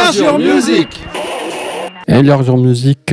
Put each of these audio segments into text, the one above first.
Enlargeur Music. Enlargeur Music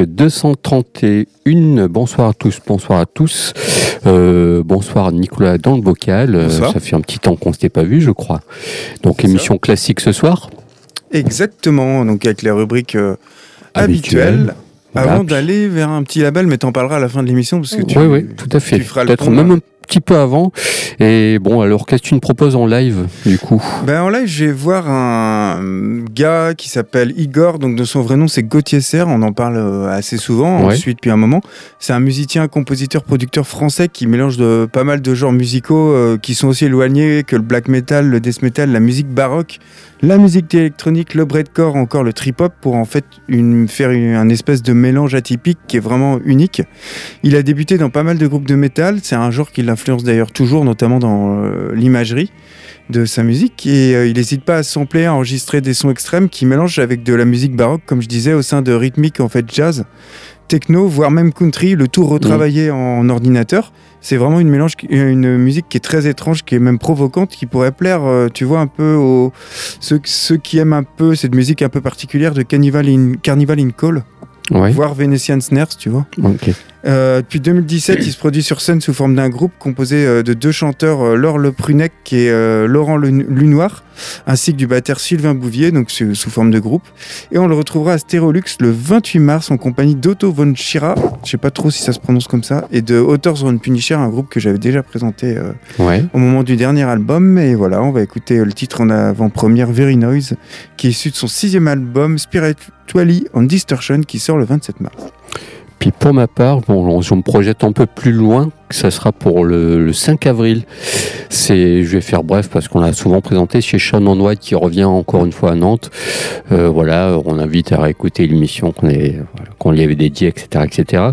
231. Bonsoir à tous. Bonsoir Nicolas dans le bocal. Ça fait un petit temps qu'on ne s'était pas vu, je crois. Donc émission classique ce soir. Exactement, donc avec les rubriques habituelles. Voilà. Avant d'aller vers un petit label, mais t'en parleras à la fin de l'émission parce que oui, tout à fait. Peut-être même un petit peu avant. Et bon, alors qu'est-ce que tu me proposes en live du coup ? En live, je vais voir un gars qui s'appelle Igor, donc de son vrai nom c'est Gauthier Serre, on en parle assez souvent ensuite depuis un moment. C'est un musicien, compositeur, producteur français qui mélange pas mal de genres musicaux qui sont aussi éloignés que le black metal, le death metal, la musique baroque, la musique électronique, le breakcore, encore le trip-hop pour en fait faire un espèce de mélange atypique qui est vraiment unique. Il a débuté dans pas mal de groupes de métal, c'est un genre qui l'influence d'ailleurs toujours, notamment dans l'imagerie de sa musique, et il n'hésite pas à sampler, à enregistrer des sons extrêmes qui mélangent avec de la musique baroque, comme je disais, au sein de rythmiques en fait jazz, techno, voire même country, le tout retravaillé en ordinateur. C'est vraiment une musique qui est très étrange, qui est même provocante, qui pourrait plaire, tu vois, un peu aux ceux qui aiment un peu cette musique un peu particulière de Carnival in Call, voire Venetian Snares, tu vois. Okay. Depuis 2017, il se produit sur scène sous forme d'un groupe composé de deux chanteurs, Laure Le Prunec et Laurent Lunoir, ainsi que du batteur Sylvain Bouvier, donc sous forme de groupe. Et on le retrouvera à Stérolux le 28 mars en compagnie d'Otto von Schira, je sais pas trop si ça se prononce comme ça, et de Authors on Punisher, un groupe que j'avais déjà présenté au moment du dernier album. Et voilà, on va écouter le titre en avant-première, Very Noise, qui est issu de son 6e album Spiritually on Distortion, qui sort le 27 mars. Puis pour ma part, je me projette un peu plus loin, ça sera pour le 5 avril. Je vais faire bref parce qu'on l'a souvent présenté chez Shannon White qui revient encore une fois à Nantes. On invite à réécouter l'émission qu'on lui avait dédiée, etc.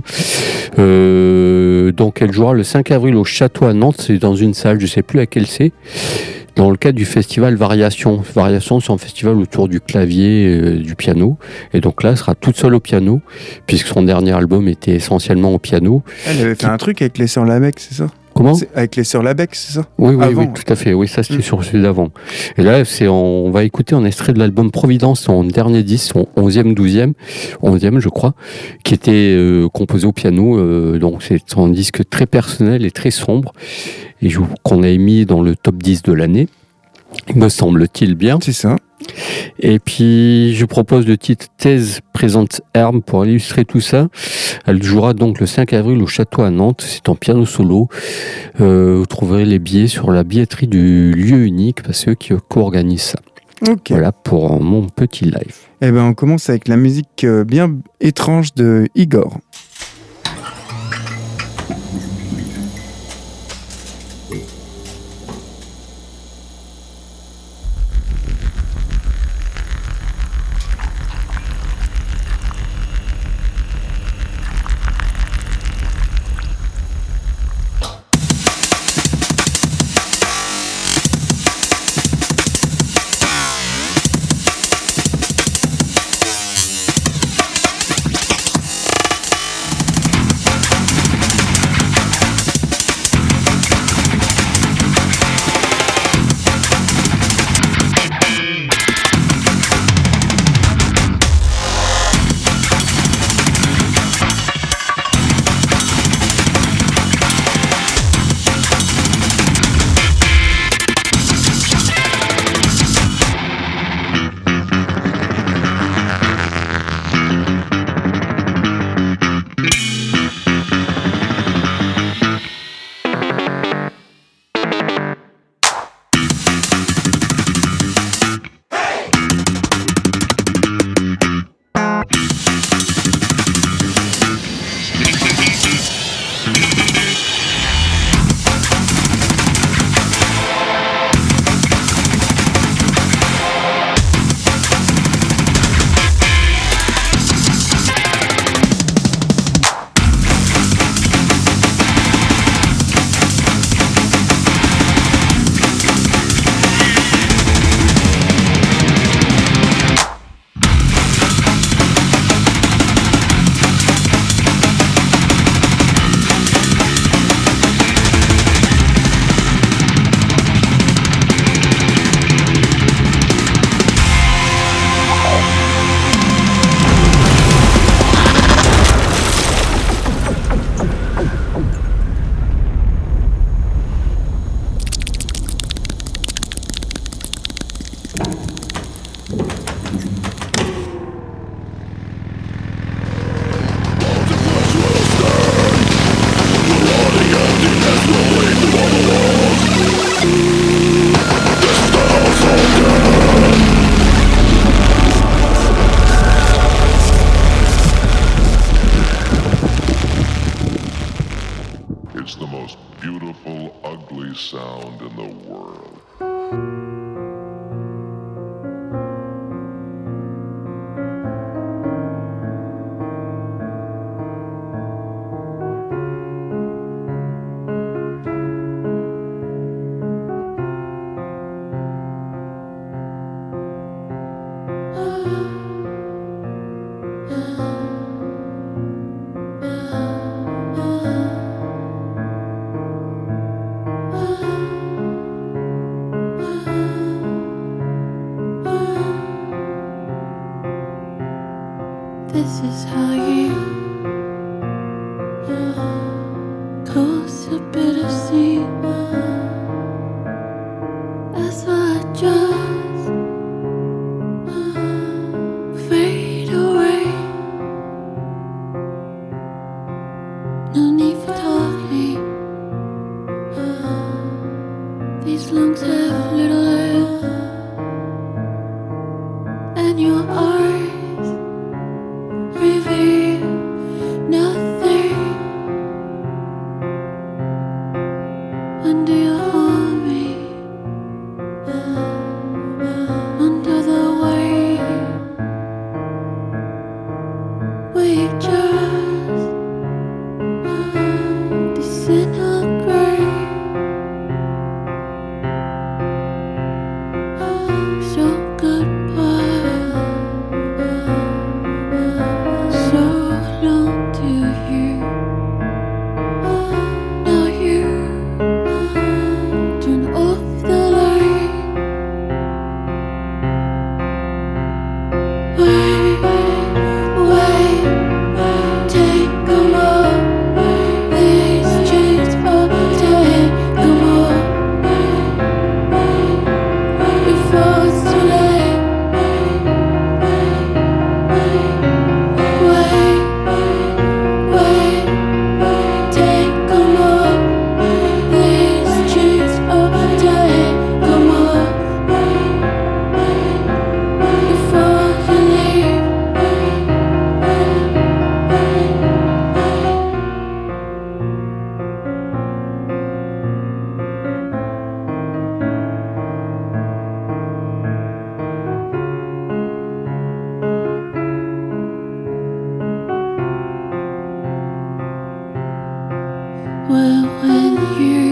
Donc elle jouera le 5 avril au Château à Nantes, c'est dans une salle, je ne sais plus laquelle c'est. Dans le cadre du festival Variation. Variation, c'est un festival autour du clavier, du piano. Et donc là, elle sera toute seule au piano, puisque son dernier album était essentiellement au piano. Elle avait fait un truc avec les sœurs Labec, c'est ça ? Comment ? Avec les sœurs Labec, c'est ça ? Oui, tout à fait. Oui, ça c'était sur celui d'avant. Et là, on va écouter un extrait de l'album Providence, son dernier disque, son 11e, je crois, qui était composé au piano. Donc c'est un disque très personnel et très sombre, et qu'on a mis dans le top 10 de l'année, me semble-t-il bien. C'est ça. Et puis, je propose le titre Thèse présente Herbe pour illustrer tout ça. Elle jouera donc le 5 avril au Château à Nantes. C'est en piano solo. Vous trouverez les billets sur la billetterie du lieu unique, parce que c'est eux qui co-organisent ça. Okay. Voilà pour mon petit live. On commence avec la musique bien étrange de Igor. sound in the world. This is how you cause a bit of sea as I just fade away. No need for talking. These lungs have little air, and your eyes reveal nothing under your army, under the weight. We just disintegrate. So goodbye. So long to you. Now you turn off the light. Wait, take 'em all. These chains are take 'em all. Before it's too late. Wait, take 'em all. These chains are take 'em all. Before you leave. Well, when you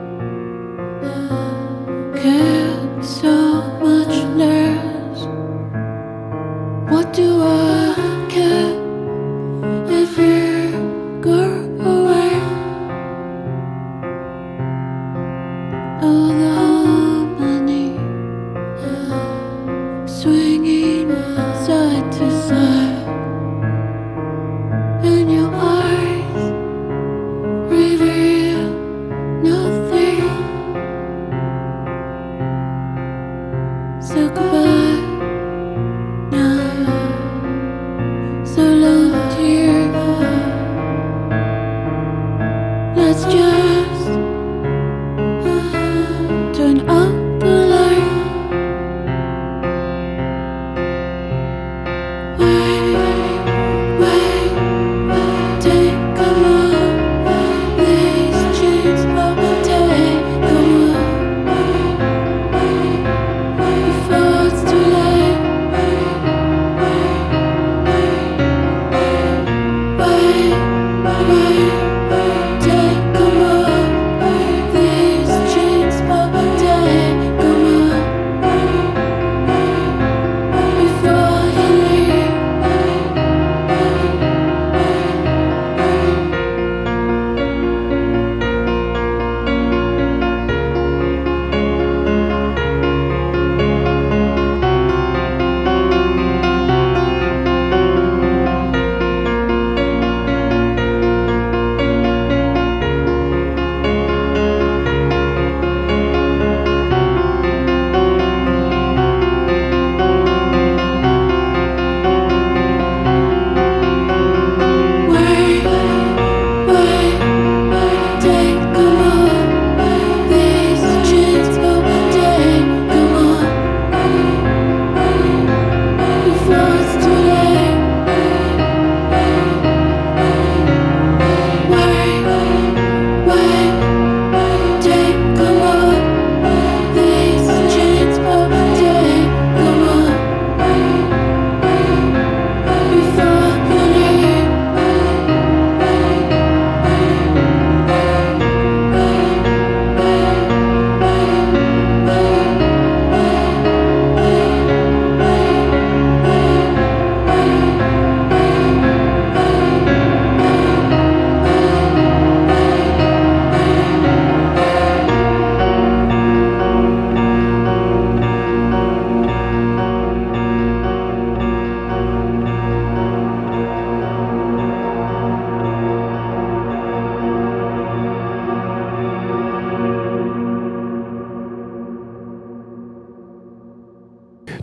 cared so much less, what do I care if you go away? Oh, the harmony swinging side to side, and your eyes reveal nothing. So goodbye now. So long to you. Let's just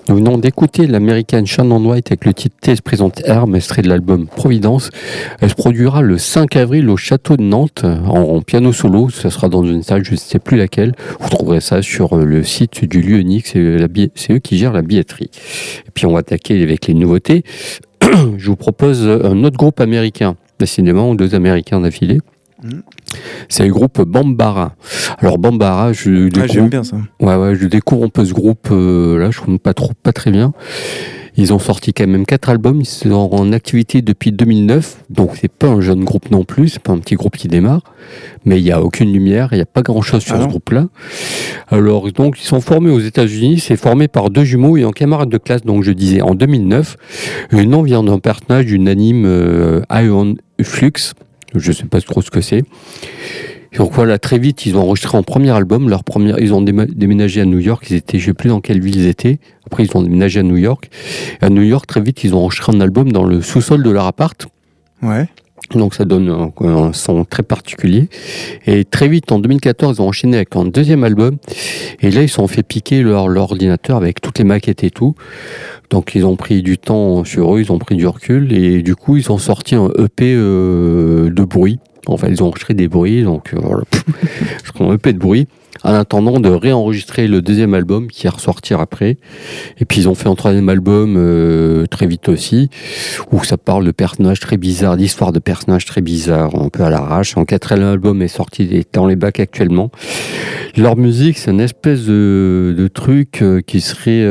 Nous venons d'écouter l'américaine Shannon White avec le titre T se présente Herbe, extrait de l'album Providence. Elle se produira le 5 avril au Château de Nantes en piano solo. Ça sera dans une salle, je ne sais plus laquelle. Vous trouverez ça sur le site du lieu unique. C'est eux qui gèrent la billetterie. Et puis on va attaquer avec les nouveautés. Je vous propose un autre groupe américain, décidément, 2 Américains d'affilée. C'est le groupe Bambara. Alors Bambara, j'aime bien ça. Ouais, je découvre un peu ce groupe là, je trouve pas très bien. Ils ont sorti quand même 4 albums, ils sont en activité depuis 2009, donc c'est pas un jeune groupe non plus, c'est pas un petit groupe qui démarre, mais il y a aucune lumière, il y a pas grand chose sur ce groupe-là. Alors donc ils sont formés aux États-Unis, c'est formé par 2 jumeaux et un camarade de classe, donc je disais en 2009. Le nom vient d'un personnage d'une anime Iron Flux. Je ne sais pas trop ce que c'est. Donc voilà, très vite, ils ont enregistré un premier album. Ils ont déménagé à New York. Je ne sais plus dans quelle ville ils étaient. Après, ils ont déménagé à New York. À New York, très vite, ils ont enregistré un album dans le sous-sol de leur appart. Ouais. Donc ça donne un son très particulier. Et très vite, en 2014, ils ont enchaîné avec un 2e album. Et là, ils se sont fait piquer leur ordinateur avec toutes les maquettes et tout. Donc ils ont pris du temps sur eux, ils ont pris du recul. Et du coup, ils ont sorti un EP de bruit. Enfin, ils ont enregistré des bruits. Donc voilà, un EP de bruit. En attendant de réenregistrer le 2e album qui va ressortir après. Et puis ils ont fait un 3e album très vite aussi, où ça parle de personnages très bizarres, d'histoires de personnages très bizarres, un peu à l'arrache. Un 4e album est sorti, est dans les bacs actuellement. Leur musique, c'est une espèce de truc qui serait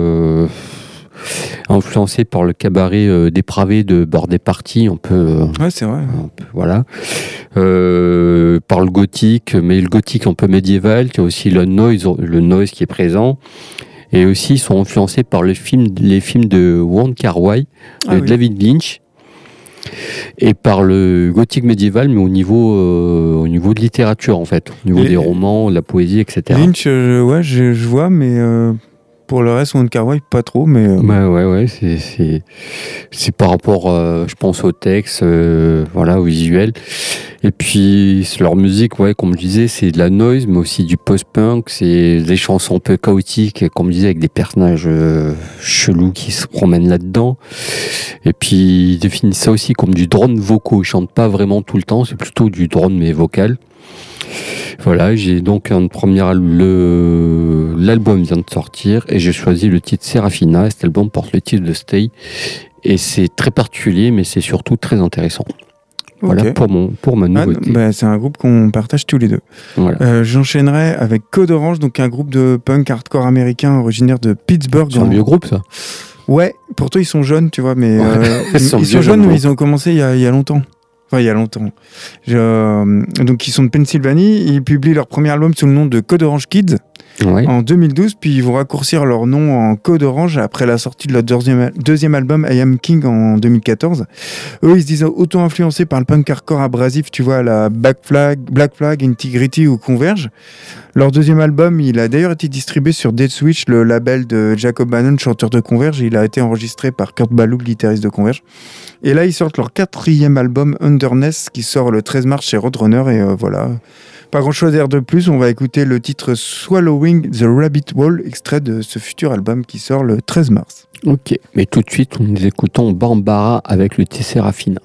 influencé par le cabaret dépravé de Birthday Party, un peu. Ouais, c'est vrai. Voilà. Par le gothique, mais le gothique un peu médiéval. Il y a aussi le noise qui est présent. Et aussi, ils sont influencés par les films de Wong Kar-wai, de David Lynch. Et par le gothique médiéval, mais au niveau de littérature, en fait. Au niveau des romans, de la poésie, etc. Lynch, je vois, mais pour le reste, Wong Kar-wai, pas trop, mais... Ouais, c'est par rapport, je pense, au texte, au visuel. Et puis, leur musique, comme je disais, c'est de la noise, mais aussi du post-punk, c'est des chansons un peu chaotiques, comme je disais, avec des personnages chelous qui se promènent là-dedans. Et puis, ils définissent ça aussi comme du drone vocaux. Ils chantent pas vraiment tout le temps, c'est plutôt du drone, mais vocal. Voilà, j'ai donc l'album vient de sortir et j'ai choisi le titre Serafina. Cet album porte le titre de Stay et c'est très particulier, mais c'est surtout très intéressant. Voilà pour ma nouveauté. C'est un groupe qu'on partage tous les deux. Voilà. J'enchaînerai avec Code Orange, donc un groupe de punk hardcore américain originaire de Pittsburgh. C'est un vieux groupe, ça. Ouais, pourtant ils sont jeunes, tu vois, mais ils sont jeunes, mais ils ont commencé il y a longtemps. Enfin, il y a longtemps. Donc, ils sont de Pennsylvanie. Ils publient leur premier album sous le nom de Code Orange Kids en 2012. Puis, ils vont raccourcir leur nom en Code Orange après la sortie de leur deuxième album I Am King en 2014. Eux, ils se disent auto-influencés par le punk hardcore abrasif, tu vois, la Black Flag, Integrity ou Converge. Leur deuxième album, il a d'ailleurs été distribué sur Dead Switch, le label de Jacob Bannon, chanteur de Converge. Il a été enregistré par Kurt Ballou, guitariste de Converge. Et là, ils sortent leur 4e album, Underness, qui sort le 13 mars chez Roadrunner. Et voilà, pas grand-chose à dire de plus. On va écouter le titre Swallowing the Rabbit Hole, extrait de ce futur album qui sort le 13 mars. Ok, mais tout de suite, nous écoutons Bambara avec le titre Serafina.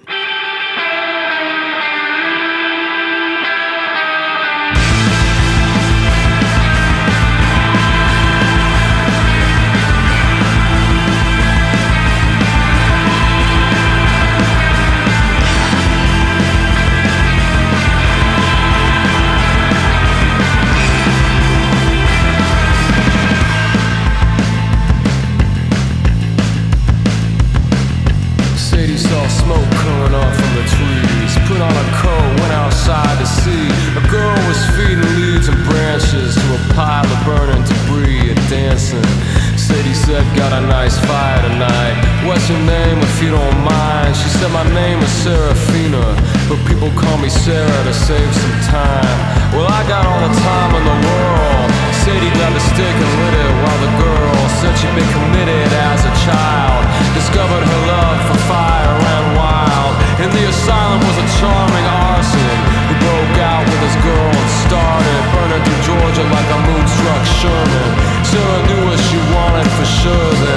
Got a nice fire tonight. What's your name if you don't mind? She said my name is Serafina, but people call me Sarah to save some time. Well, I got all the time in the world. Sadie got the stick and lit it while the girl said she'd been committed as a child. Discovered her love for fire ran wild. In the asylum was a charming arson who broke out with his girl and started burning through Georgia like a moonstruck Sherman. Sarah knew what she wanted for sure.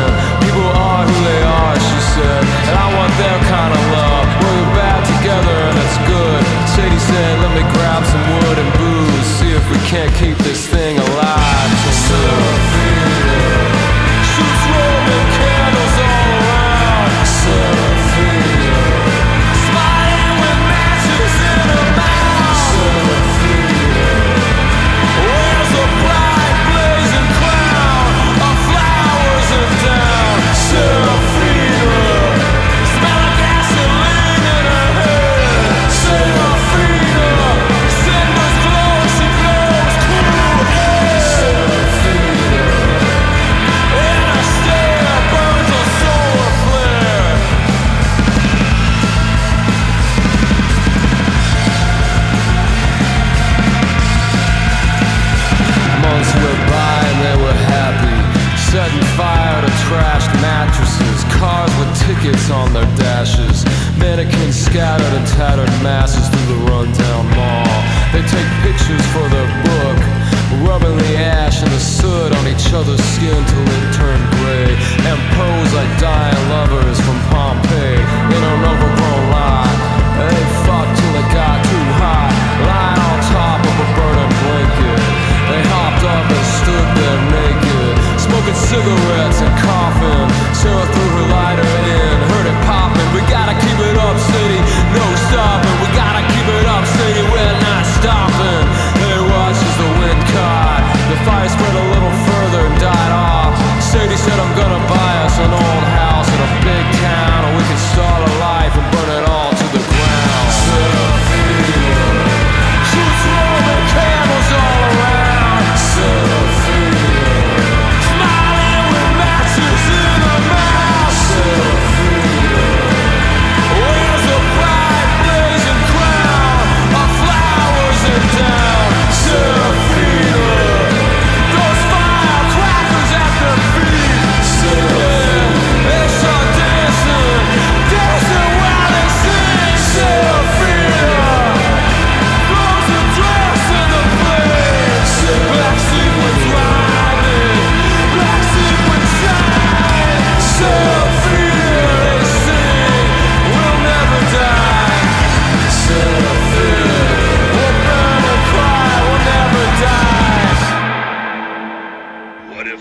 Smelling the ash and the soot on each other's skin till it turned gray, and pose like dying lovers from Pompeii in an overgrown lie. They fucked till it got too high, lying on top of a burning blanket. They hopped up and stood there naked, smoking cigarettes and coughing. Sarah threw her lighter in, heard it popping. We gotta keep it up, city, no stopping. We gotta keep it up, city, we're not stopping. They watched as the wind caught, the fire spread a little further and died off. Sadie said, I'm gonna buy us an old house in a big town, and we can start a life and burn it all to the ground. Seraphina, shoots Roman candles all around. Seraphina, smiling with matches in her mouth. Seraphina, wears a bright blazing crown of flowers and down. Seraphina, those firecrackers at their feet. Seraphina, they start dancing, dancing while they sing. Seraphina, throws a dress in the flames. Black sequins riding, black sequins shining. Seraphina, they sing, we'll never die. Seraphina, we'll burn and cry, we'll never die. What if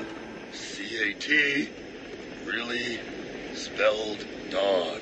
CAT really spelled dog?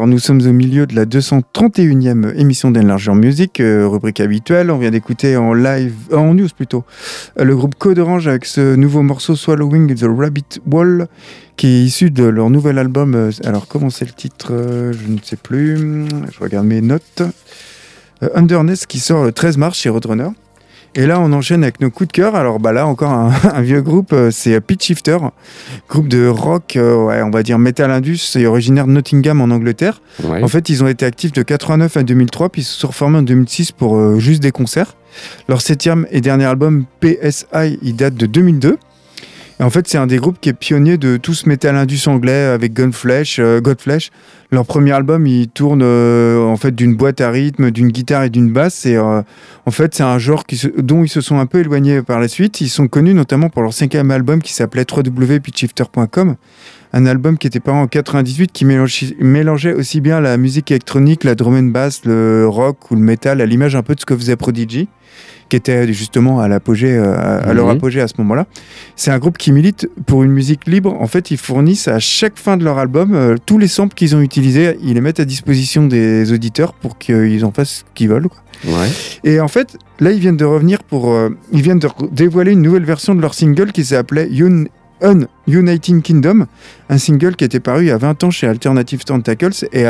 Alors nous sommes au milieu de la 231e émission d'Enlarger Music, rubrique habituelle. On vient d'écouter en news plutôt, le groupe Code Orange avec ce nouveau morceau Swallowing the Rabbit Wall, qui est issu de leur nouvel album. Alors comment c'est le titre je ne sais plus, je regarde mes notes. Underness, qui sort le 13 mars chez Roadrunner. Et là, on enchaîne avec nos coups de cœur. Alors là, encore un vieux groupe, c'est Pitch Shifter, groupe de rock, on va dire metal indus, c'est originaire de Nottingham en Angleterre. Ouais. En fait, ils ont été actifs de 89 à 2003, puis ils se sont reformés en 2006 pour juste des concerts. Leur 7e et dernier album, PSI, il date de 2002. Et en fait, c'est un des groupes qui est pionnier de tout ce metal indus anglais avec Godflesh. Leur premier album, il tourne en fait d'une boîte à rythme, d'une guitare et d'une basse. Et en fait, c'est un genre dont ils se sont un peu éloignés par la suite. Ils sont connus notamment pour leur 5e album qui s'appelait www.pitchshifter.com. Un album qui était paru en 98 qui mélangeait aussi bien la musique électronique, la drum and bass, le rock ou le metal à l'image un peu de ce que faisait Prodigy, qui était justement à l'apogée, à leur apogée à ce moment-là. C'est un groupe qui milite pour une musique libre. En fait, ils fournissent à chaque fin de leur album tous les samples qu'ils ont utilisés, ils les mettent à disposition des auditeurs pour qu'ils en fassent ce qu'ils veulent, quoi. Ouais. Et en fait, là, ils viennent de revenir ils viennent de dévoiler une nouvelle version de leur single qui s'appelait United Kingdom, un single qui était paru il y a 20 ans chez Alternative Tentacles, et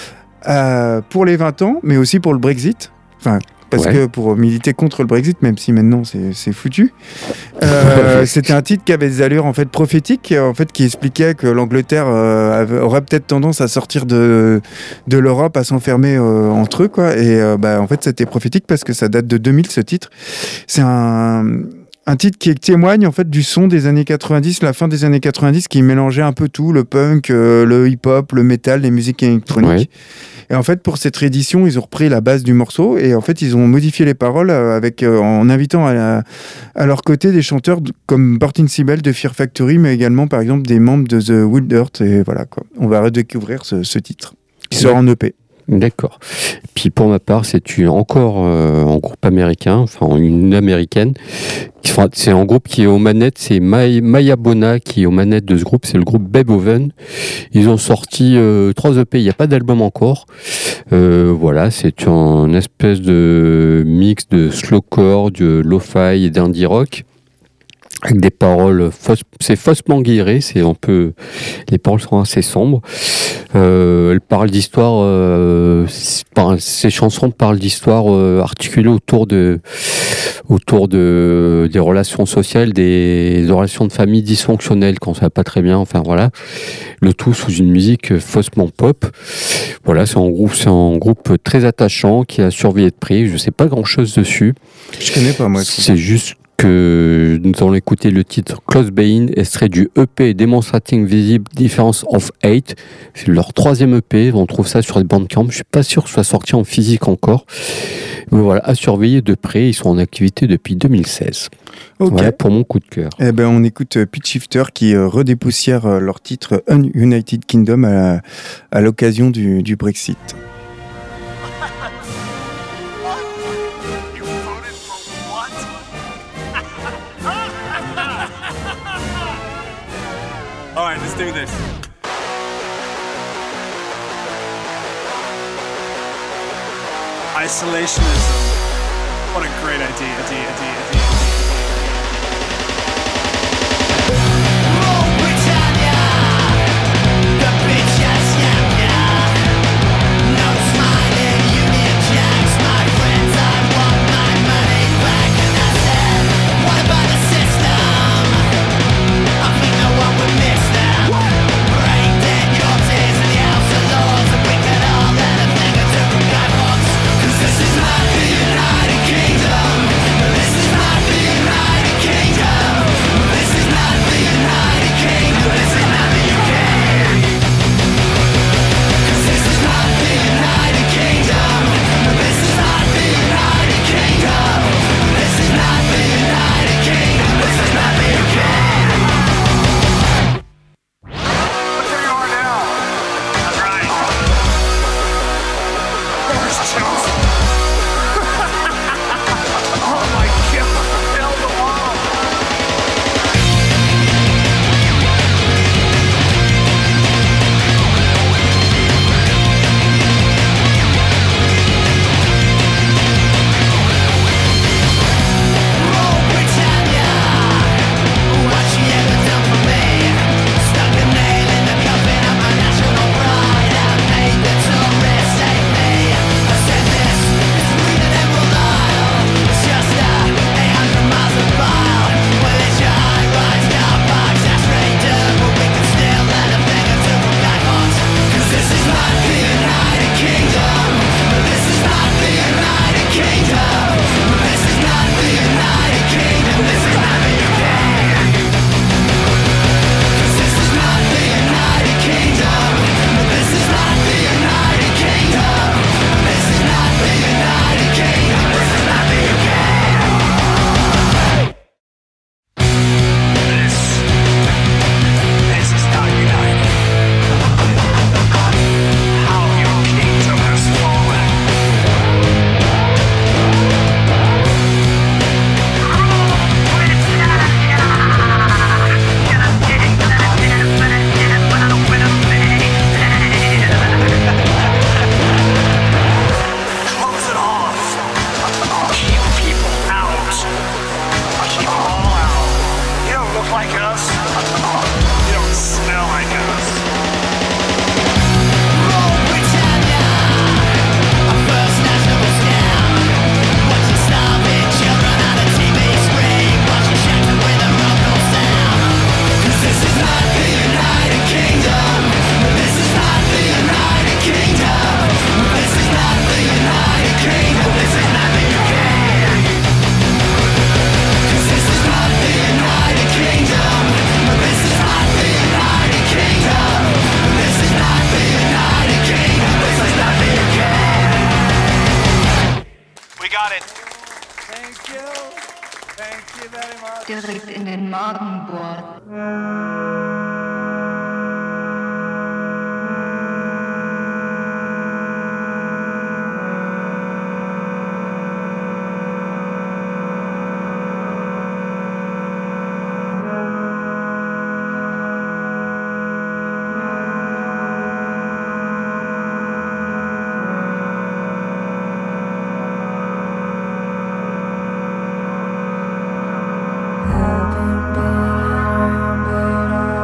pour les 20 ans, mais aussi pour le Brexit. Enfin, parce que pour militer contre le Brexit, même si maintenant c'est foutu. C'était un titre qui avait des allures en fait prophétiques, en fait qui expliquait que l'Angleterre aurait peut-être tendance à sortir de l'Europe, à s'enfermer entre eux, quoi. Et en fait, c'était prophétique parce que ça date de 2000, ce titre. C'est un titre qui témoigne en fait du son des années 90, la fin des années 90, qui mélangeait un peu tout, le punk, le hip-hop, le metal, les musiques électroniques. Ouais. Et en fait, pour cette réédition, ils ont repris la base du morceau et en fait, ils ont modifié les paroles en invitant à leur côté des chanteurs comme Martin Sibel de Fear Factory, mais également, par exemple, des membres de The Wild Earth. Et voilà, quoi. On va redécouvrir ce titre qui sort en EP. D'accord. Puis pour ma part, c'est encore un groupe américain, enfin une américaine. C'est un groupe qui est aux manettes, c'est Maya Bona qui est aux manettes de ce groupe, c'est le groupe Babe Oven. Ils ont sorti 3 EP, il n'y a pas d'album encore. Voilà, c'est un espèce de mix de slowcore, de lo-fi et d'indie rock. Avec des paroles c'est faussement guilleret, les paroles sont assez sombres. Elle parle d'histoire, ces chansons parlent d'histoire articulées autour des relations sociales, des relations de famille dysfonctionnelles quand ça va pas très bien. Enfin voilà, le tout sous une musique faussement pop. Voilà, c'est un groupe très attachant qui a surveillé de près. Je sais pas grand chose dessus. Je connais pas moi. C'est juste que nous allons écouter le titre Close Being, extrait du EP Demonstrating Visible Difference of Hate. C'est leur 3e EP, on trouve ça sur les Bandcamp. Je suis pas sûr que ce soit sorti en physique encore. Mais voilà, à surveiller de près, ils sont en activité depuis 2016. Okay. Voilà pour mon coup de cœur. Eh ben, on écoute Pitch Shifter qui redépoussière leur titre United Kingdom à l'occasion du Brexit. Alright, let's do this. Isolationism. What a great idea. This is my United Kingdom. This is my Thank you. Thank you very much. Direkt in den Magen bohrt. I've been better, but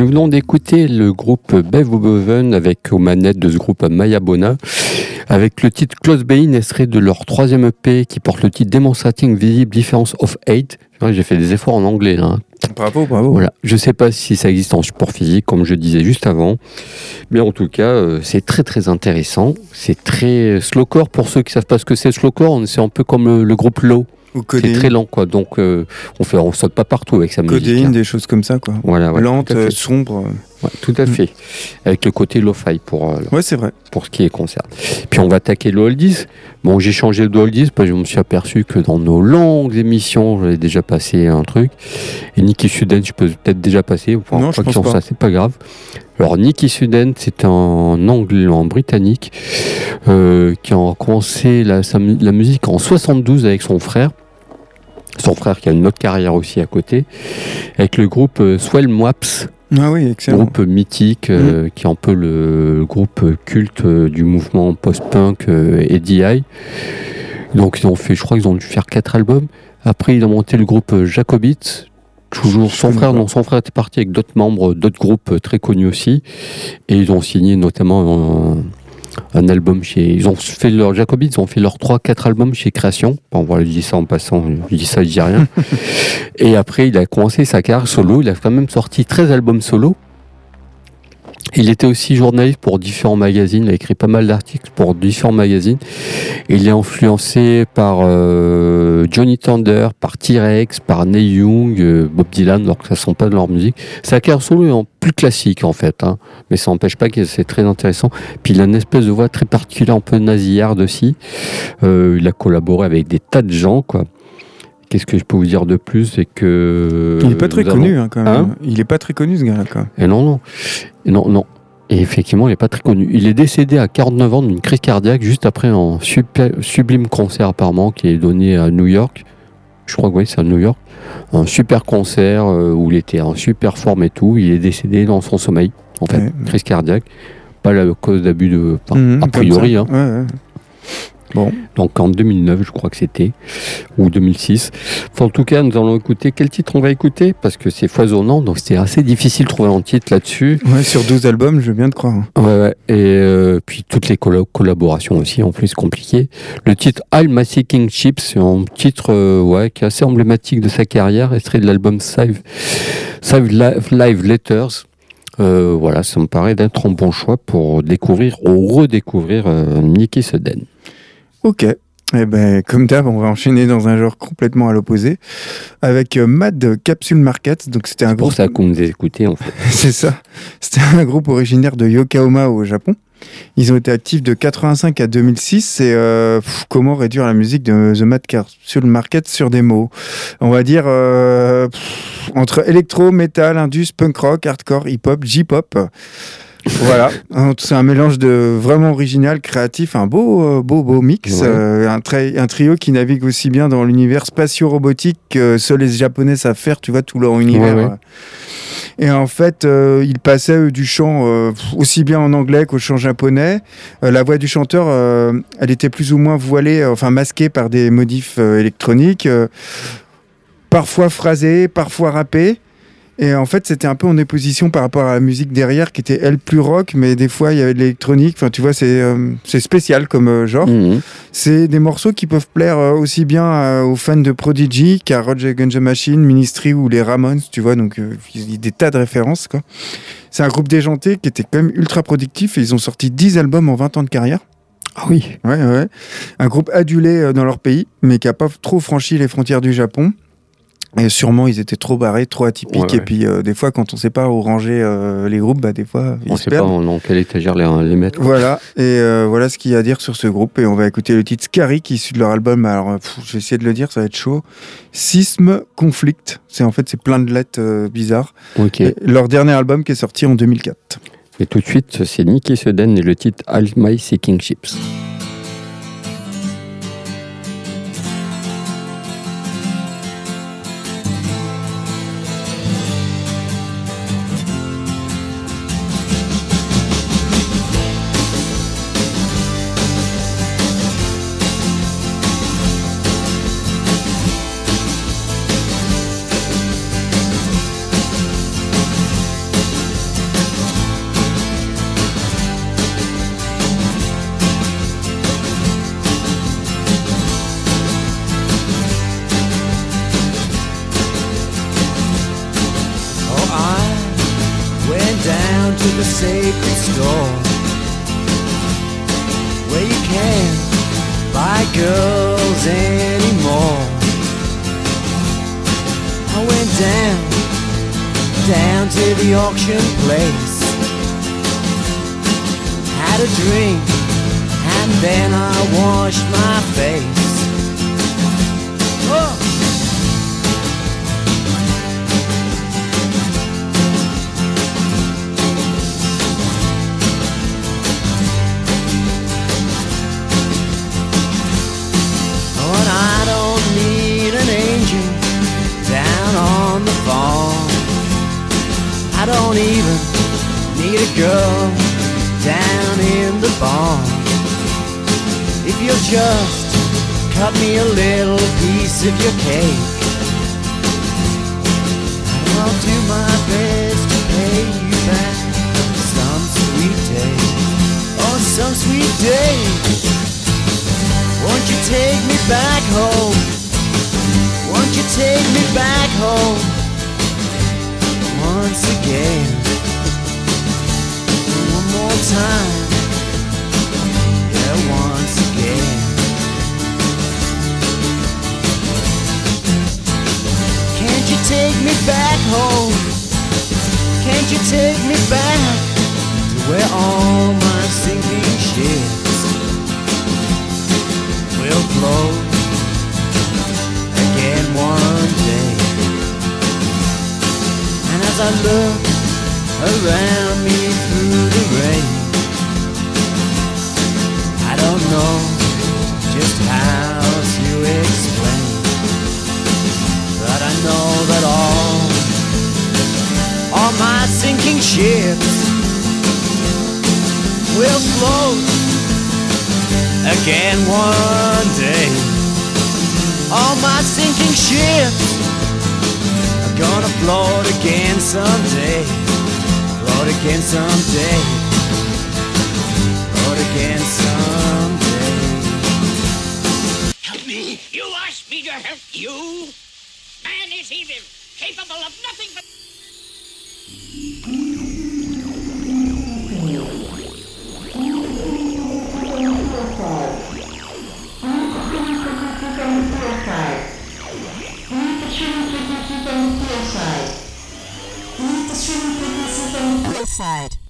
Nous venons d'écouter le groupe Bev Boven avec aux manettes de ce groupe Maya Bona, avec le titre Close Bein, extrait de leur 3e EP qui porte le titre Demonstrating Visible Difference of Hate. J'ai fait des efforts en anglais là. Bravo. Voilà. Je ne sais pas si ça existe en support physique, comme je disais juste avant, mais en tout cas, c'est très très intéressant. C'est très slowcore. Pour ceux qui ne savent pas ce que c'est slowcore, c'est un peu comme le groupe Low. C'est très lent, quoi. Donc, on saute pas partout avec sa musique. Codéine, des choses comme ça, quoi. Voilà, lente, sombre. Ouais, tout à fait. Avec le côté lo-fi c'est vrai. Pour ce qui est concerne. Puis on va attaquer le oldies. Bon, j'ai changé de oldies parce que je me suis aperçu que dans nos longues émissions, j'avais déjà passé un truc. Et Nicky Suden, je peux peut-être déjà passer. Enfin, non, je pense pas. Ça, c'est pas grave. Alors, Nicky Suden, c'est un anglais, un britannique, qui a commencé la musique en 72 avec son frère. Son frère qui a une autre carrière aussi à côté, avec le groupe Swell Mwaps. Ah oui, excellent. Groupe mythique, qui est un peu le groupe culte du mouvement post-punk EDI. Donc ils ont fait, je crois qu'ils ont dû faire 4 albums. Après, il a monté le groupe Jacobite. Toujours son frère était parti avec d'autres membres, d'autres groupes très connus aussi. Et ils ont signé notamment un album ils ont fait Jacobites, ils ont fait leurs 3-4 albums chez Création. Bon, voilà, je dis ça en passant, je dis ça, je dis rien. Et après, il a commencé sa carrière solo, il a quand même sorti 13 albums solo. Il était aussi journaliste pour différents magazines, il a écrit pas mal d'articles pour différents magazines. Et il est influencé par Johnny Thunder, par T-Rex, par Neil Young, Bob Dylan, alors que ça ne sent pas de leur musique. Sa carrière solo est plus classique en fait, hein, mais ça n'empêche pas que c'est très intéressant. Puis il a une espèce de voix très particulière, un peu nasillarde aussi. Il a collaboré avec des tas de gens, quoi. Qu'est-ce que je peux vous dire de plus, c'est que... Il n'est pas très connu, quand même. Il n'est pas très connu, ce gars-là, quand même. Et non. Et effectivement, il n'est pas très connu. Il est décédé à 49 ans d'une crise cardiaque, juste après un sublime concert, apparemment, qui est donné à New York. Je crois que oui, c'est à New York. Un super concert où il était en super forme et tout. Il est décédé dans son sommeil, en fait. Crise cardiaque. Pas la cause d'abus de... a priori, hein. Ouais. Bon. Donc en 2009, je crois que c'était, ou 2006. Enfin, en tout cas, nous allons écouter. Quel titre on va écouter? Parce que c'est foisonnant, donc c'était assez difficile de trouver un titre là-dessus. Ouais, sur 12 albums, je veux bien te croire. Ouais. Et puis toutes les collaborations aussi, en plus compliquées. Le titre All My Seeking Chips, c'est un titre qui est assez emblématique de sa carrière, extrait de l'album Save Live Letters. Voilà, ça me paraît d'être un bon choix pour découvrir ou redécouvrir Nicky Suden. Ok. Eh ben, comme d'hab, on va enchaîner dans un genre complètement à l'opposé avec Mad Capsule Market. Donc c'était un groupe. Pour ça qu'on nous a écouté, en fait. C'est ça. C'était un groupe originaire de Yokohama au Japon. Ils ont été actifs de 85 à 2006. Et comment réduire la musique de The Mad Capsule Market sur des mots? On va dire entre électro, metal, indus, punk rock, hardcore, hip-hop, J-pop. Voilà, c'est un mélange de vraiment original, créatif, un beau mix, un trio qui navigue aussi bien dans l'univers spatio-robotique que seuls les Japonais savent faire, tu vois, tout leur univers. Ouais. Et en fait, ils passaient du chant aussi bien en anglais qu'au chant japonais. La voix du chanteur, elle était plus ou moins voilée, enfin masquée par des modifs électroniques, parfois phrasée, parfois rappée. Et en fait, c'était un peu en opposition par rapport à la musique derrière, qui était, elle, plus rock, mais des fois, il y avait de l'électronique. Enfin, tu vois, c'est spécial comme genre. Mmh. C'est des morceaux qui peuvent plaire aussi bien aux fans de Prodigy qu'à Rage Against the Machine, Ministry ou les Ramones, tu vois. Donc, il y a des tas de références, quoi. C'est un groupe déjanté qui était quand même ultra productif et ils ont sorti 10 albums en 20 ans de carrière. Ah oui. Ouais. Un groupe adulé dans leur pays, mais qui n'a pas trop franchi les frontières du Japon. Et sûrement, ils étaient trop barrés, trop atypiques. Ouais. Et puis, des fois, quand on ne sait pas où ranger les groupes, bah, des fois, on ne sait pas dans quelle étagère les mettre. Voilà. Et voilà ce qu'il y a à dire sur ce groupe. Et on va écouter le titre Scary, qui est issu de leur album. Alors, je vais essayer de le dire, ça va être chaud. Sisme Conflict. C'est plein de lettres bizarres. Okay. Et leur dernier album qui est sorti en 2004. Et tout de suite, c'est Nicky Suden et le titre All My Seeking Chips. a sacred store where you can't buy girls anymore. I went down to the auction place, had a drink, and then I washed my face. Oh. But I don't need an angel down on the farm. I don't even need a girl down in the barn. If you'll just cut me a little piece of your cake, and I'll do my best to pay you back some sweet day. Oh, some sweet day. Won't you take me back home? Won't you take me back home once again? One more time, yeah, once again. Can't you take me back home? Can't you take me back to where all my sinking ships will float again one day? And as I look around me through the rain, I don't know just how to explain, but I know that all my sinking ships will float again one day. All my sinking ships are gonna float again someday. Float again someday. Float again someday. Help me! You asked me to help you? Man is evil, capable of nothing but... Side.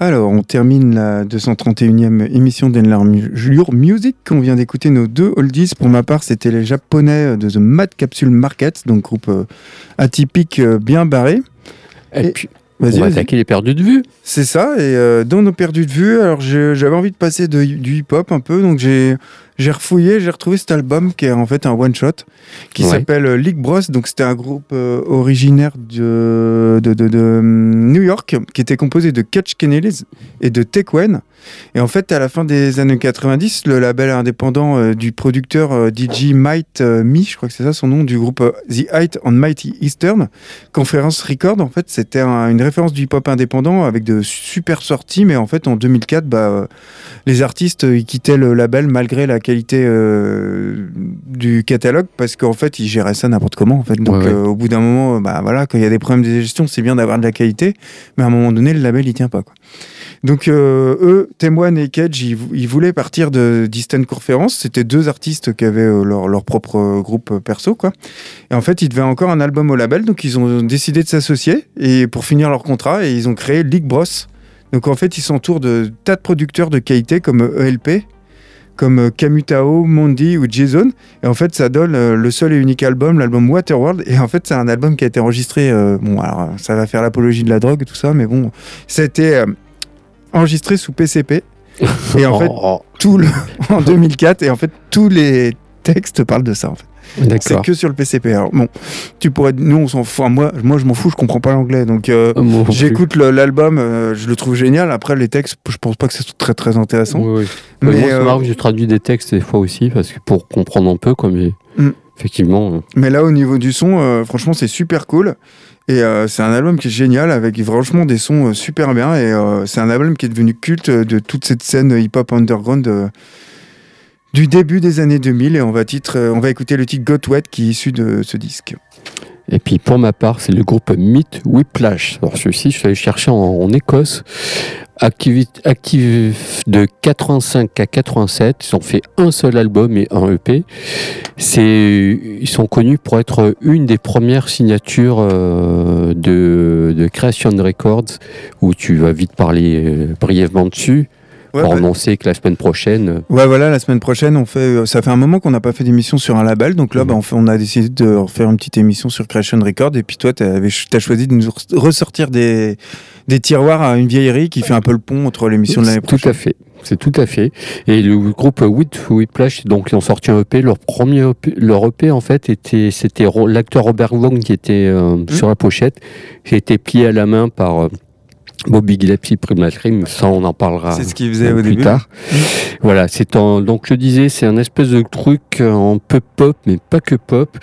Alors, on termine la 231e émission d'Enlarm Music. On vient d'écouter nos 2 oldies. Pour ma part, c'était les Japonais de The Mad Capsule Market, donc groupe atypique bien barré. Et puis, on va attaquer les perdus de vue. C'est ça, et dans nos perdus de vue, alors j'avais envie de passer du hip-hop un peu, donc j'ai refouillé, j'ai retrouvé cet album qui est en fait un one-shot, qui s'appelle League Bros. Donc c'était un groupe originaire de New York, qui était composé de Catch Kennelys et de Tekwen. Et en fait, à la fin des années 90, le label indépendant du producteur DJ Might Me, je crois que c'est ça son nom, du groupe The Height on Mighty Eastern, Conference Record, en fait, c'était une référence du hip-hop indépendant avec de super sorties, mais en fait, en 2004, les artistes ils quittaient le label malgré la qualité du catalogue, parce qu'en fait, ils géraient ça n'importe comment, en fait. Donc, au bout d'un moment, voilà, quand il y a des problèmes de gestion, c'est bien d'avoir de la qualité, mais à un moment donné, le label, il tient pas, quoi. Donc eux, Temwan et Kedge, ils voulaient partir de Distant Conference. C'était 2 artistes qui avaient leur propre groupe perso, quoi. Et en fait, ils devaient encore un album au label, donc ils ont décidé de s'associer et pour finir leur contrat, et ils ont créé League Bros. Donc en fait, ils s'entourent de tas de producteurs de qualité comme ELP, comme Kamutao, Mondi ou Jason. Et en fait, ça donne le seul et unique album, l'album Waterworld. Et en fait, c'est un album qui a été enregistré... alors ça va faire l'apologie de la drogue et tout ça, mais bon, ça a été... enregistré sous PCP et en fait en 2004, et en fait tous les textes parlent de ça, en fait. D'accord. C'est que sur le PCP. Alors bon, tu pourrais, nous on s'en fout, moi je m'en fous, je comprends pas l'anglais, donc j'écoute l'album, je le trouve génial. Après les textes, je pense pas que c'est très très intéressant. Oui. Mais moi c'est marrant que j'ai traduit des textes des fois aussi, parce que pour comprendre un peu, comme effectivement. Mais là au niveau du son, franchement c'est super cool. Et c'est un album qui est génial, avec franchement des sons super bien, et c'est un album qui est devenu culte de toute cette scène hip-hop underground du début des années 2000, et on va écouter le titre Got Wet qui est issu de ce disque. Et puis pour ma part, c'est le groupe Meat Whiplash. Alors celui-ci, je suis allé chercher en Écosse, actif de 85 à 87. Ils ont fait un seul album et un EP. Ils sont connus pour être une des premières signatures de Creation Records, où tu vas vite parler brièvement dessus. Pour annoncer que la semaine prochaine... Ouais, voilà, la semaine prochaine, ça fait un moment qu'on n'a pas fait d'émission sur un label, donc là, on a décidé de faire une petite émission sur Creation Records, et puis toi, t'as choisi de nous ressortir des tiroirs à une vieillerie qui fait un peu le pont entre l'émission de l'année prochaine. Tout à fait. C'est tout à fait. Et le groupe Whiplash, donc, ils ont sorti un EP. Leur EP, en fait, c'était l'acteur Robert Vaughn qui était sur la pochette, qui a été plié à la main par... Bobby Gillespie, Primalcrim, ça on en parlera. C'est ce qu'il faisait au plus début. Tard. Voilà, donc je disais, c'est un espèce de truc un peu pop, mais pas que pop.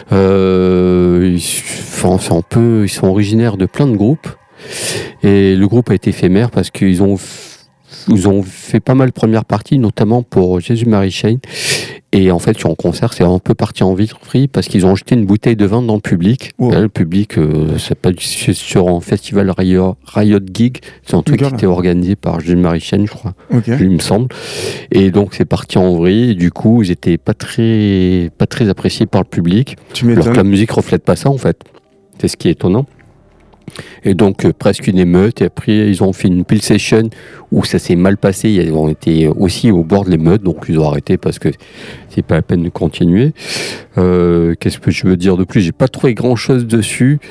Ils sont originaires de plein de groupes, et le groupe a été éphémère parce qu'ils ont fait pas mal de premières parties, notamment pour Jésus Marie Chain. Et en fait, sur un concert, c'est un peu parti en free parce qu'ils ont jeté une bouteille de vin dans le public. Wow. Là, le public, c'est sur un festival Riot Gig. C'est un truc qui était organisé par Jésus Marie Chain, je crois. Okay. Il me semble. Et donc, c'est parti en vrille. Et du coup, ils n'étaient pas très appréciés par le public. Alors que la musique reflète pas ça, en fait. C'est ce qui est étonnant. Et donc presque une émeute, et après ils ont fait une pill session où ça s'est mal passé, ils ont été aussi au bord de l'émeute, donc ils ont arrêté parce que c'est pas la peine de continuer. Qu'est-ce que je veux dire de plus? J'ai pas trouvé grand chose dessus,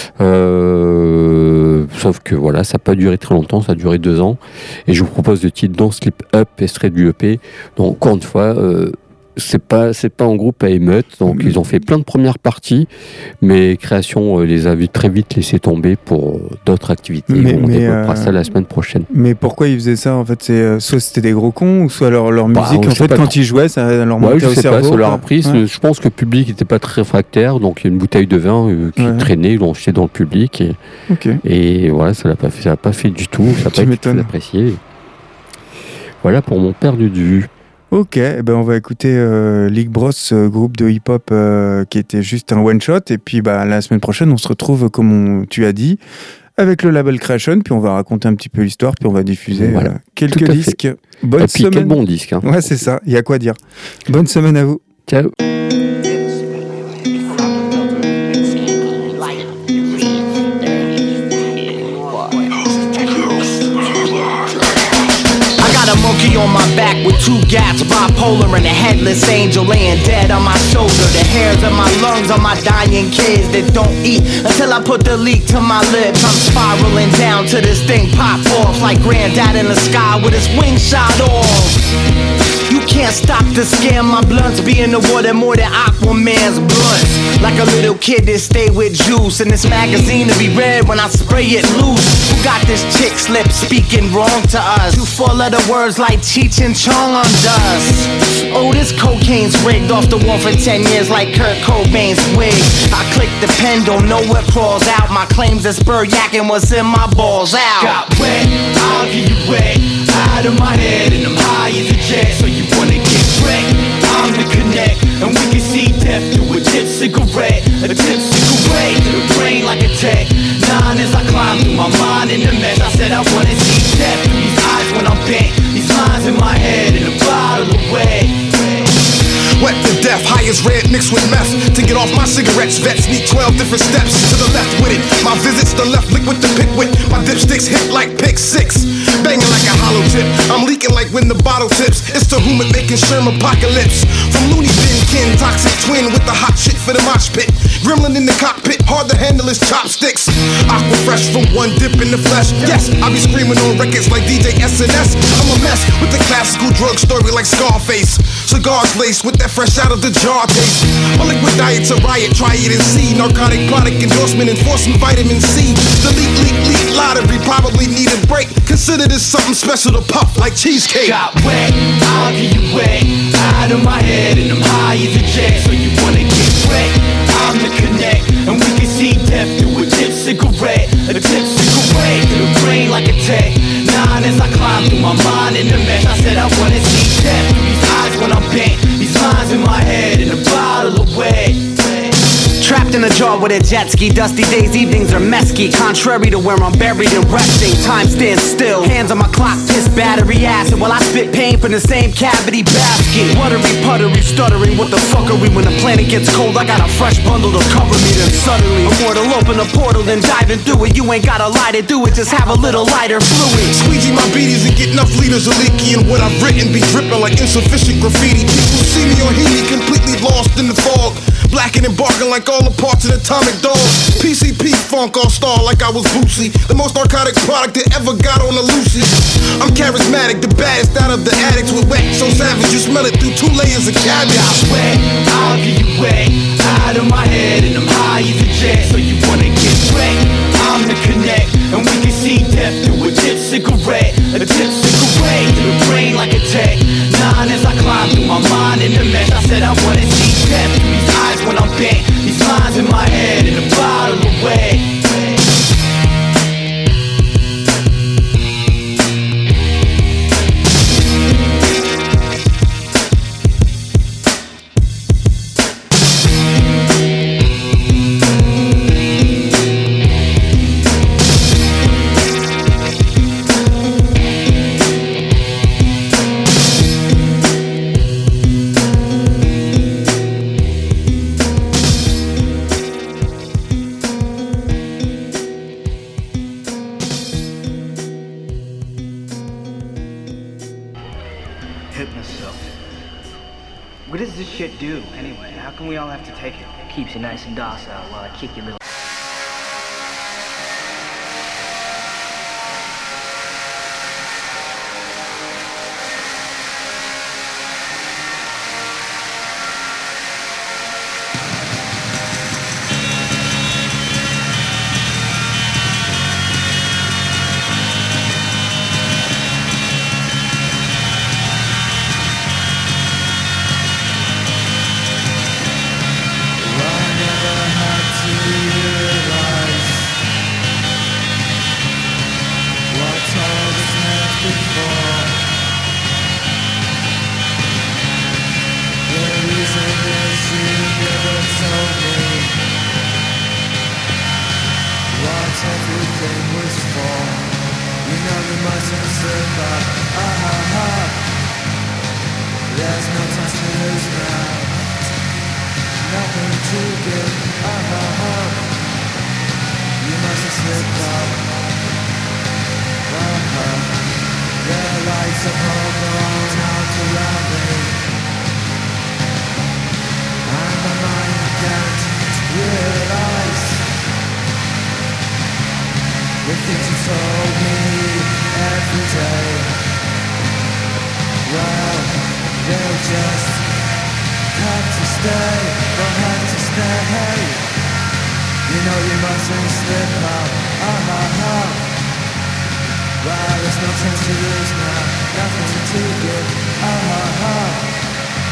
sauf que voilà, ça n'a pas duré très longtemps, ça a duré 2 ans, et je vous propose le titre Don't Slip Up, extrait du EP. Donc encore une fois, c'est pas un groupe à émeute, donc ils ont fait plein de premières parties, mais Création les a très vite laissé tomber pour d'autres activités. On développera ça la semaine prochaine. Mais pourquoi ils faisaient ça en fait? Soit c'était des gros cons, ou soit leur musique en fait quand ils jouaient ça leur montait au cerveau. Ça leur a pris. Je pense que le public n'était pas très réfractaire, donc il y a une bouteille de vin qui traînait, ils l'ont jeté dans le public, et voilà, ça l'a pas fait du tout, ça n'a pas été très apprécié. Voilà pour mon perdu de vue. Ok, on va écouter League Bros, groupe de hip-hop qui était juste un one-shot. Et puis la semaine prochaine, on se retrouve, comme tu as dit, avec le label Creation. Puis on va raconter un petit peu l'histoire, puis on va diffuser quelques disques. Bonne semaine. Quel bon disque. Hein. Ouais, c'est ça, il y a quoi dire. Bonne semaine à vous. Ciao. monkey on my back with 2 gaps, bipolar and a headless angel laying dead on my shoulder. The hairs of my lungs are my dying kids that don't eat until I put the leak to my lips. I'm spiraling down to this thing pop off like granddad in the sky with his wings shot off. You can't stop the scam, my blunts be in the water more than Aquaman's blunts. Like a little kid that stay with juice, and this magazine to be read when I spray it loose. Who got this chick slip speaking wrong to us? 2 4-letter words like Cheech and Chong on dust. Oh, this cocaine's rigged off the wall for 10 years like Kurt Cobain's wig. I click the pen, don't know what crawls out. My claims that spur yakking was in my balls out. Got wet, I'll get you wet. Out of my head and I'm high as a jet. So you wanna get wrecked? I'm the connect, and we can see death through a dip cigarette. A dip cigarette to the brain like a tech. 9 as I climb through my mind in the mess. I said I wanna see death through these eyes when I'm bent. These lines in my head and a bottle away. Wet to death, high as red mixed with meth. To get off my cigarettes, vets need 12 different steps. To the left with it, my visits the left liquid to pick with. My dipsticks hit like pick 6, banging like a hollow tip. I'm leaking like when the bottle tips. It's the human making sherm apocalypse. From Looney Bin Kin, toxic twin with the hot shit for the mosh pit. Gremlin in the cockpit, hard to handle his chopsticks. Aqua fresh from one dip in the flesh. Yes, I be screaming on records like DJ SNS. I'm a mess with the classical drug story like Scarface. Cigars laced with that fresh out of the jar taste. My liquid diet's a riot, try it and see. Narcotic product endorsement enforcing vitamin C. The leak lottery probably need a break. Consider this something special to puff like cheesecake. Got wet, I'll get you wet. Out of my head and I'm high as a jet. So you wanna get wet? I'm the connect, and we can see death through a dip cigarette. A dip cigarette to the brain like a tech. 9 as I climb through my mind in the mess. I said I wanna see death through these eyes when I'm bent. These lines in my head and a bottle away. Trapped in a jar with a jet ski. Dusty days, evenings are mesky. Contrary to where I'm buried and resting, time stands still. Hands on my clock, piss battery acid while I spit pain from the same cavity basket. Watery, puttery, stuttering. What the fuck are we? When the planet gets cold, I got a fresh bundle to cover me. Then suddenly, immortal, open a portal, then diving through it. You ain't gotta lie to do it, just have a little lighter fluid. Squeegee my beaties and get enough liters of leaky. And what I've written be dripping like insufficient graffiti. People see me or hear me completely lost in the fog. Blacking and barking like all the parts of the Atomic Dog. PCP funk all star like I was Bootsy. The most narcotic product that ever got on a Lucy. I'm charismatic, the baddest out of the addicts with wet. So savage, you smell it through 2 layers of cabbage. Got wet, I'll get you wet. Out of my head and I'm high as a jet. So you wanna get wet? I'm the connect, and we can see death through a dip cigarette. A dip cigarette to the brain like a tech. 9 as I climb through my mind in the mess. I said I wanna see death through these eyes when I'm bent. These lines in my head and a bottle away. What does this shit do, anyway? How come we all have to take it? Keeps you nice and docile while I kick your little... The lights of hope go on out around me, and my mind can't realize the things you told me every day. Well, they'll just have to stay, they'll have to stay. You know you mustn't slip out, Well, there's no chance to lose now, nothing to give,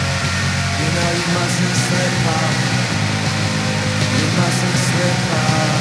You know you mustn't slip out, you mustn't slip out.